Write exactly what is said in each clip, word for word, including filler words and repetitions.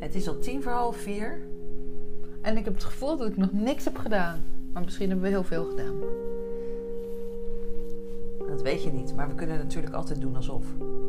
Het is al tien voor half vier. En ik heb het gevoel dat ik nog niks heb gedaan. Maar misschien hebben we heel veel gedaan. Dat weet je niet, maar we kunnen natuurlijk altijd doen alsof.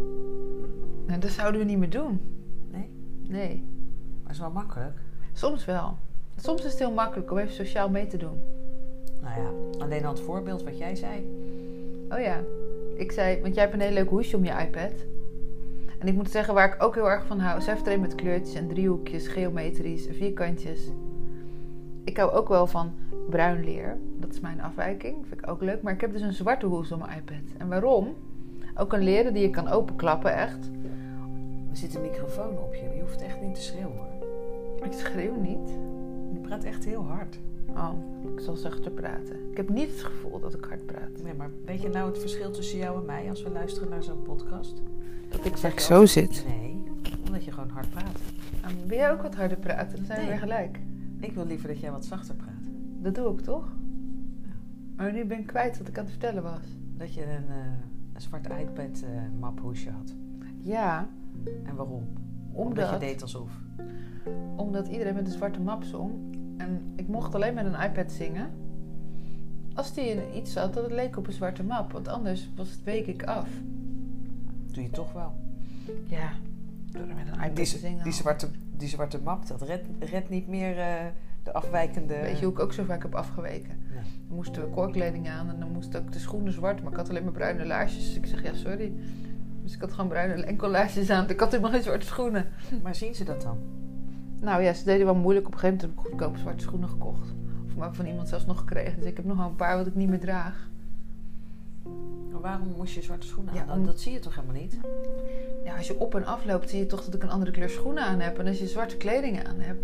Nou, dat zouden we niet meer doen. Nee? Nee. Maar het is wel makkelijk. Soms wel. Soms is het heel makkelijk om even sociaal mee te doen. Nou ja, alleen al het voorbeeld wat jij zei. Oh ja. Ik zei, want jij hebt een heel leuk hoesje om je iPad. En ik moet zeggen, waar ik ook heel erg van hou. Zij heeft er een met kleurtjes en driehoekjes, geometrisch en vierkantjes. Ik hou ook wel van bruin leer. Dat is mijn afwijking. Vind ik ook leuk. Maar ik heb dus een zwarte hoes op mijn iPad. En waarom? Ook een leren die je kan openklappen, echt. Er zit een microfoon op je. Je hoeft echt niet te schreeuwen. Ik schreeuw niet. Je praat echt heel hard. Oh, ik zal zachter praten. Ik heb niet het gevoel dat ik hard praat. Nee, maar weet je nou het verschil tussen jou en mij als we luisteren naar zo'n podcast? Dat ik zeg je zo zit. Nee, omdat je gewoon hard praat. Nou, wil jij ook wat harder praten? Dan zijn we Nee. weer gelijk. Ik wil liever dat jij wat zachter praat. Dat doe ik toch? Ja. Maar nu ben ik kwijt wat ik aan het vertellen was. Dat je een, uh, een zwart iPad uh, maphoesje had. Ja. En waarom? Omdat, Omdat je deed alsof. Omdat iedereen met een zwarte map zong. En ik mocht alleen met een iPad zingen. Als die in iets zat dat het leek op een zwarte map. Want anders was het week ik af. Doe je toch wel. Ja. Door er met een iPad Die, te zingen. die, zwarte, die zwarte map, dat redt red niet meer uh, de afwijkende... Weet je hoe ik ook zo vaak heb afgeweken? Nee. Dan moesten we koorkleding aan en dan moesten ook de schoenen zwart. Maar ik had alleen maar bruine laarsjes. Dus ik zeg, ja, sorry. Dus ik had gewoon bruine enkellaarsjes aan. Ik had helemaal geen zwarte schoenen. Maar zien ze dat dan? Nou ja, ze deden wel moeilijk. Op een gegeven moment heb ik goedkope zwarte schoenen gekocht. Of maar van iemand zelfs nog gekregen. Dus ik heb nog wel een paar wat ik niet meer draag. Maar waarom moest je zwarte schoenen aan? Ja, dat, om... dat zie je toch helemaal niet? Ja, als je op en af loopt, zie je toch dat ik een andere kleur schoenen aan heb. En als je zwarte kleding aan hebt.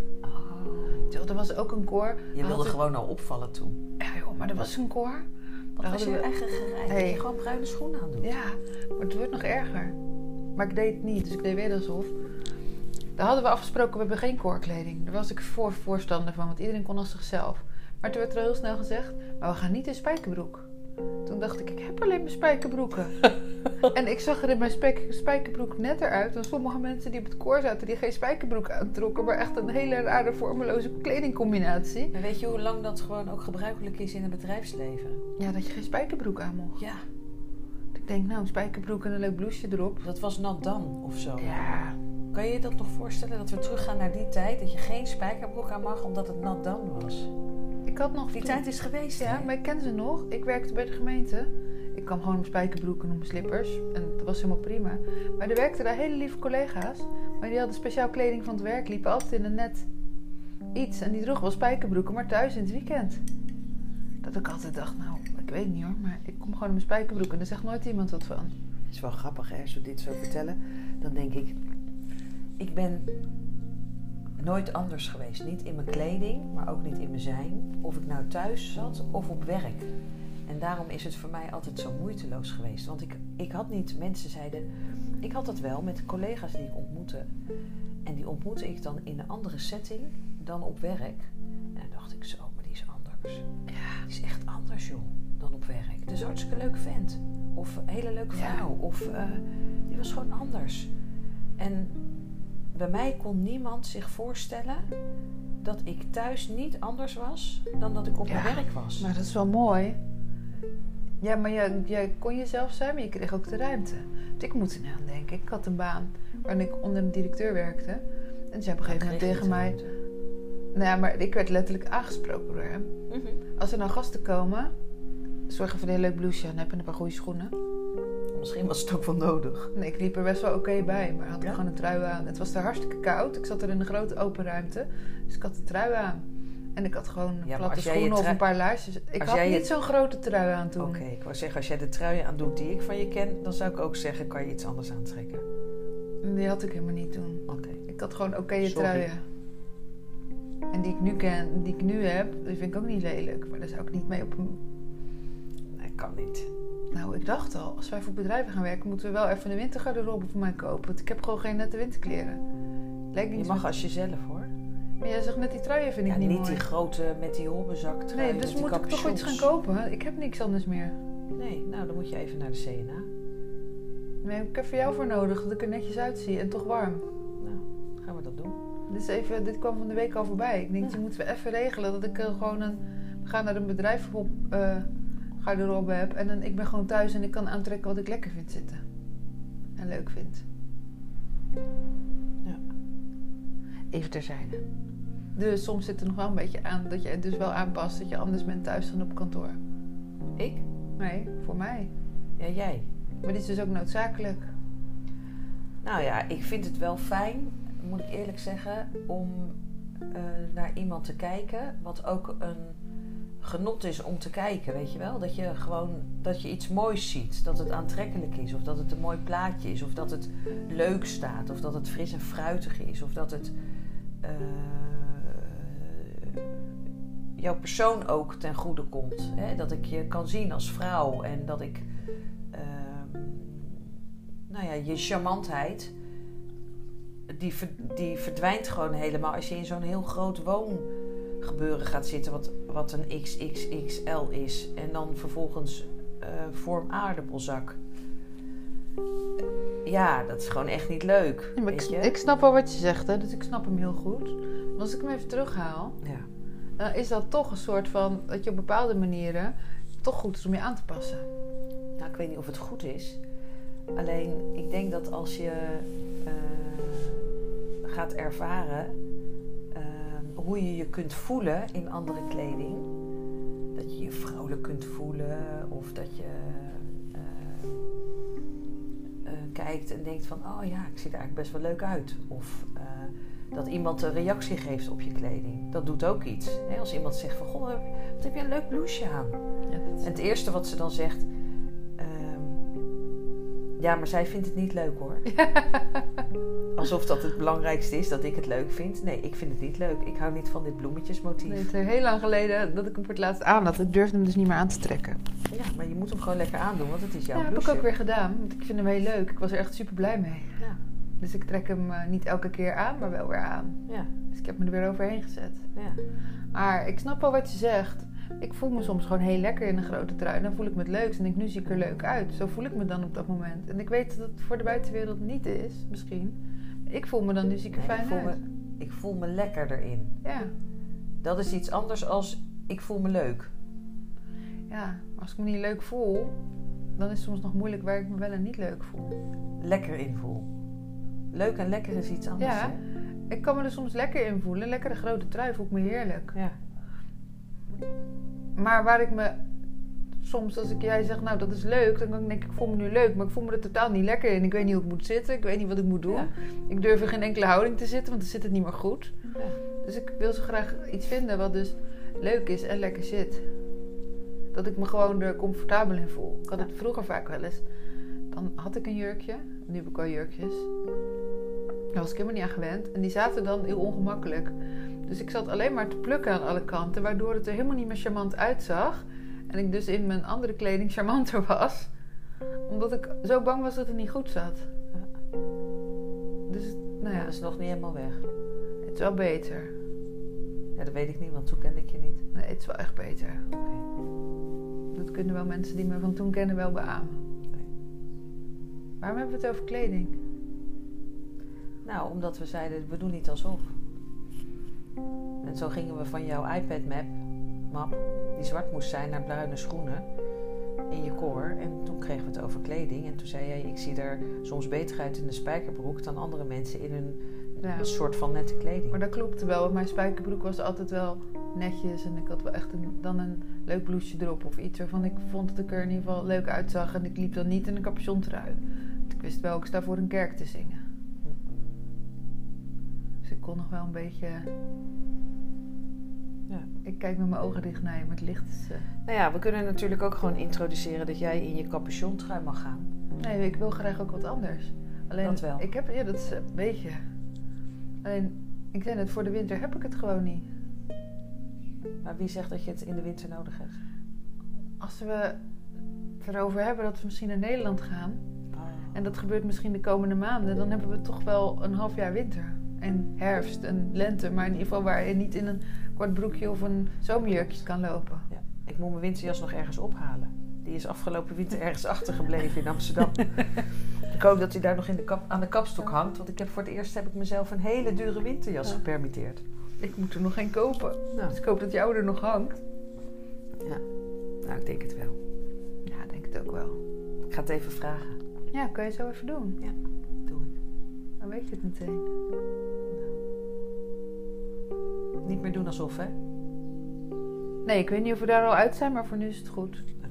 Oh. Er was ook een koor. Je wilde ik... gewoon al opvallen toen. Ja joh, maar er was een koor. Wat was je we... eigen gereid? Hey. Dat je gewoon bruine schoenen aan doet. Ja, maar het wordt nog erger. Maar ik deed het niet, dus ik deed weer alsof. Daar hadden we afgesproken, we hebben geen koorkleding. Daar was ik voor voorstander van, want iedereen kon als zichzelf. Maar toen werd er heel snel gezegd, maar we gaan niet in spijkerbroek. Toen dacht ik, ik heb alleen mijn spijkerbroeken. En ik zag er in mijn spek- spijkerbroek net eruit dan sommige mensen die op het koor zaten die geen spijkerbroek aantrokken, maar echt een hele rare vormeloze kledingcombinatie. Maar weet je hoe lang dat gewoon ook gebruikelijk is in het bedrijfsleven? Ja, dat je geen spijkerbroek aan mocht. Ja. Ik denk, nou, een spijkerbroek en een leuk blouseje erop. Dat was nat dan of zo. Ja. Kan je je dat nog voorstellen, dat we teruggaan naar die tijd, dat je geen spijkerbroek aan mag omdat het nat dan was? Ik had nog... Die toen... tijd is geweest, Ja, hè? maar ik ken ze nog. Ik werkte bij de gemeente. Ik kwam gewoon op mijn spijkerbroek en op mijn slippers. En dat was helemaal prima. Maar er werkten daar hele lieve collega's. Maar die hadden speciaal kleding van het werk. Liepen altijd in een net iets. En die droegen wel spijkerbroeken, maar thuis in het weekend. Dat ik altijd dacht, nou, ik weet niet hoor. Maar ik kom gewoon in mijn spijkerbroek en daar zegt nooit iemand wat van. Het is wel grappig, hè, als we dit zo vertellen. Dan denk ik, ik ben nooit anders geweest. Niet in mijn kleding, maar ook niet in mijn zijn. Of ik nou thuis zat of op werk. En daarom is het voor mij altijd zo moeiteloos geweest. Want ik, ik had niet, mensen zeiden... Ik had dat wel met collega's die ik ontmoette. En die ontmoette ik dan in een andere setting dan op werk. En dan dacht ik zo, maar die is anders. Ja, die is echt anders, joh, dan op werk. Het is een hartstikke leuke vent. Of een hele leuke vrouw. Ja. Of uh, die was gewoon anders. En bij mij kon niemand zich voorstellen dat ik thuis niet anders was dan dat ik op ja, mijn werk was. Maar dat is wel mooi. Ja, maar jij, jij kon jezelf zijn, maar je kreeg ook de ruimte. Want ik moet er nou aan denken. Ik had een baan waarin ik onder een directeur werkte. En ze hebben op een gegeven moment tegen mij... Ruimte. Nou ja, maar ik werd letterlijk aangesproken door hem. Mm-hmm. Als er nou gasten komen, zorg even voor een heel leuk blouseje aan heb en een paar goede schoenen. Misschien was het ook wel nodig. Nee, ik liep er best wel oké okay bij, maar had ik ja? gewoon een trui aan. Het was daar hartstikke koud. Ik zat er in een grote open ruimte. Dus ik had een trui aan. En ik had gewoon ja, platte schoenen trui... of een paar laarsjes. Ik als had jij niet je... zo'n grote trui aan toen. Oké, okay, ik wou zeggen, als jij de trui aandoet die ik van je ken, dan zou ik ook zeggen, kan je iets anders aantrekken? Die had ik helemaal niet toen. Oké. Okay. Ik had gewoon oké okay truien. En die ik nu ken, die ik nu heb, die vind ik ook niet lelijk. Maar daar zou ik niet mee op een... Nee, kan niet. Nou, ik dacht al, als wij voor bedrijven gaan werken, moeten we wel even een wintergarderobe voor mij kopen. Want ik heb gewoon geen nette winterkleren. Lijkt niet je mag met... als jezelf, hoor. Maar jij zegt net die truien vind ik ja, niet niet mooi. die grote met die hobbenzak trui. Nee, dus moet ik toch iets gaan kopen. Ik heb niks anders meer. Nee, nou dan moet je even naar de C N A. Nee, ik heb er jou voor nodig, dat ik er netjes uitzie en toch warm. Nou, gaan we dat doen. Dus even, dit kwam van de week al voorbij. Ik denk, Ja. die moeten we even regelen. Dat ik uh, gewoon een... We gaan naar een bedrijf op uh, garderobe heb. En dan, ik ben gewoon thuis en ik kan aantrekken wat ik lekker vind zitten. En leuk vind. Ja. Even terzijde. Dus soms zit er nog wel een beetje aan dat je het dus wel aanpast. Dat je anders bent thuis dan op kantoor. Ik? Nee, voor mij. Ja, jij. Maar dit is dus ook noodzakelijk. Nou ja, ik vind het wel fijn, moet ik eerlijk zeggen, om uh, naar iemand te kijken. Wat ook een genot is om te kijken, weet je wel. Dat je gewoon, dat je iets moois ziet. Dat het aantrekkelijk is. Of dat het een mooi plaatje is. Of dat het leuk staat. Of dat het fris en fruitig is. Of dat het uh, jouw persoon ook ten goede komt. Hè? Dat ik je kan zien als vrouw. En dat ik... Uh, nou ja, je charmantheid... Die, die verdwijnt gewoon helemaal als je in zo'n heel groot woongebeuren gaat zitten, wat, wat een X X X L is. En dan vervolgens uh, vorm aardappelzak. Ja, dat is gewoon echt niet leuk. Ja, maar weet ik, je? ik snap wel wat je zegt, hè? Dus ik snap hem heel goed. Maar als ik hem even terughaal, ja. dan is dat toch een soort van, dat je op bepaalde manieren toch goed is om je aan te passen. Nou, ik weet niet of het goed is. Alleen, ik denk dat als je... Uh, gaat ervaren uh, hoe je je kunt voelen in andere kleding. Dat je je vrolijk kunt voelen of dat je uh, uh, kijkt en denkt van oh ja, ik zie er eigenlijk best wel leuk uit. Of uh, dat iemand een reactie geeft op je kleding. Dat doet ook iets. Hè? Als iemand zegt van goh, wat heb je een leuk blouseje aan. Ja, dat is... En het eerste wat ze dan zegt... Ja, maar zij vindt het niet leuk hoor. Alsof dat het belangrijkste is dat ik het leuk vind. Nee, ik vind het niet leuk. Ik hou niet van dit bloemetjesmotief. Nee, het is heel lang geleden dat ik hem voor het laatst aan had. Ik durfde hem dus niet meer aan te trekken. Ja, maar je moet hem gewoon lekker aandoen, want het is jouw ja, blouseje. heb ik ook weer gedaan. Want ik vind hem heel leuk. Ik was er echt super blij mee. Ja. Dus ik trek hem uh, niet elke keer aan, maar wel weer aan. Ja. Dus ik heb me er weer overheen gezet. Ja. Maar ik snap wel wat je zegt. Ik voel me soms gewoon heel lekker in een grote trui. Dan voel ik me het leukst en denk, nu zie ik er leuk uit. Zo voel ik me dan op dat moment. En ik weet dat het voor de buitenwereld niet is, misschien. Ik voel me dan, nu zie ik er Nee, fijn ik voel uit. Me, ik voel me lekker erin. Ja. Dat is iets anders als ik voel me leuk. Ja, maar als ik me niet leuk voel, dan is het soms nog moeilijk waar ik me wel en niet leuk voel. Lekker in voel. Leuk en lekker is iets anders, Ja, hè? ik kan me er soms lekker in voelen. Een lekkere grote trui voelt me heerlijk. Ja. Maar waar ik me soms, als ik jij zeg, nou dat is leuk, dan denk ik, ik voel me nu leuk, maar ik voel me er totaal niet lekker in. Ik weet niet hoe ik moet zitten, ik weet niet wat ik moet doen. Ja. Ik durf in geen enkele houding te zitten, want dan zit het niet meer goed. Ja. Dus ik wil zo graag iets vinden wat dus leuk is en lekker zit. Dat ik me gewoon er comfortabel in voel. Ik had het vroeger vaak wel eens. Dan had ik een jurkje, nu heb ik al jurkjes. Daar was ik helemaal niet aan gewend. En die zaten dan heel ongemakkelijk. Dus ik zat alleen maar te plukken aan alle kanten, waardoor het er helemaal niet meer charmant uitzag. En ik dus in mijn andere kleding charmanter was. Omdat ik zo bang was dat het niet goed zat. Ja. Dus, nou ja, Ja, dat is nog niet helemaal weg. het is wel beter. Ja, dat weet ik niet, want toen kende ik je niet. Nee, het is wel echt beter. Okay. Dat kunnen wel mensen die me van toen kennen wel beamen. Nee. Waarom hebben we het over kleding? Nou, omdat we zeiden, we doen niet alsof. En zo gingen we van jouw iPad-map, map, die zwart moest zijn, naar bruine schoenen in je koor. En toen kregen we het over kleding. En toen zei jij, ik zie er soms beter uit in een spijkerbroek dan andere mensen in hun Ja. een soort van nette kleding. Maar dat klopte wel, want mijn spijkerbroek was altijd wel netjes. En ik had wel echt een, dan een leuk blouseje erop of iets waarvan ik vond dat ik er in ieder geval leuk uitzag. En ik liep dan niet in een capuchontrui. Want ik wist wel, ik sta voor een kerk te zingen. Dus ik kon nog wel een beetje... Ja. Ik kijk met mijn ogen dicht naar je, maar het licht is... Uh... Nou ja, we kunnen natuurlijk ook gewoon introduceren dat jij in je capuchontrui mag gaan. Nee, ik wil graag ook wat anders. Alleen, Dat wel. Ik heb, ja, dat is een beetje... Alleen, ik zei net, voor de winter heb ik het gewoon niet. Maar wie zegt dat je het in de winter nodig hebt? Als we het erover hebben dat we misschien naar Nederland gaan... Oh. En dat gebeurt misschien de komende maanden. Dan hebben we toch wel een half jaar winter. En herfst en lente. Maar in ieder geval waar je niet in een kort broekje of een zomerjurkje kan lopen. Ja. Ik moet mijn winterjas nog ergens ophalen. Die is afgelopen winter ergens achtergebleven in Amsterdam. Ik hoop dat hij daar nog in de kap, aan de kapstok hangt. Want ik heb voor het eerst heb ik mezelf een hele dure winterjas Ja. gepermitteerd. Ik moet er nog geen kopen. Nou, Dus ik hoop dat jouw er nog hangt. ja. Nou, ik denk het wel. Ja, ik denk het ook wel. Ik ga het even vragen. Ja, kan je zo even doen. Doe ik. Dan weet je het meteen. Niet meer doen alsof, hè? Nee, ik weet niet of we daar al uit zijn, maar voor nu is het goed.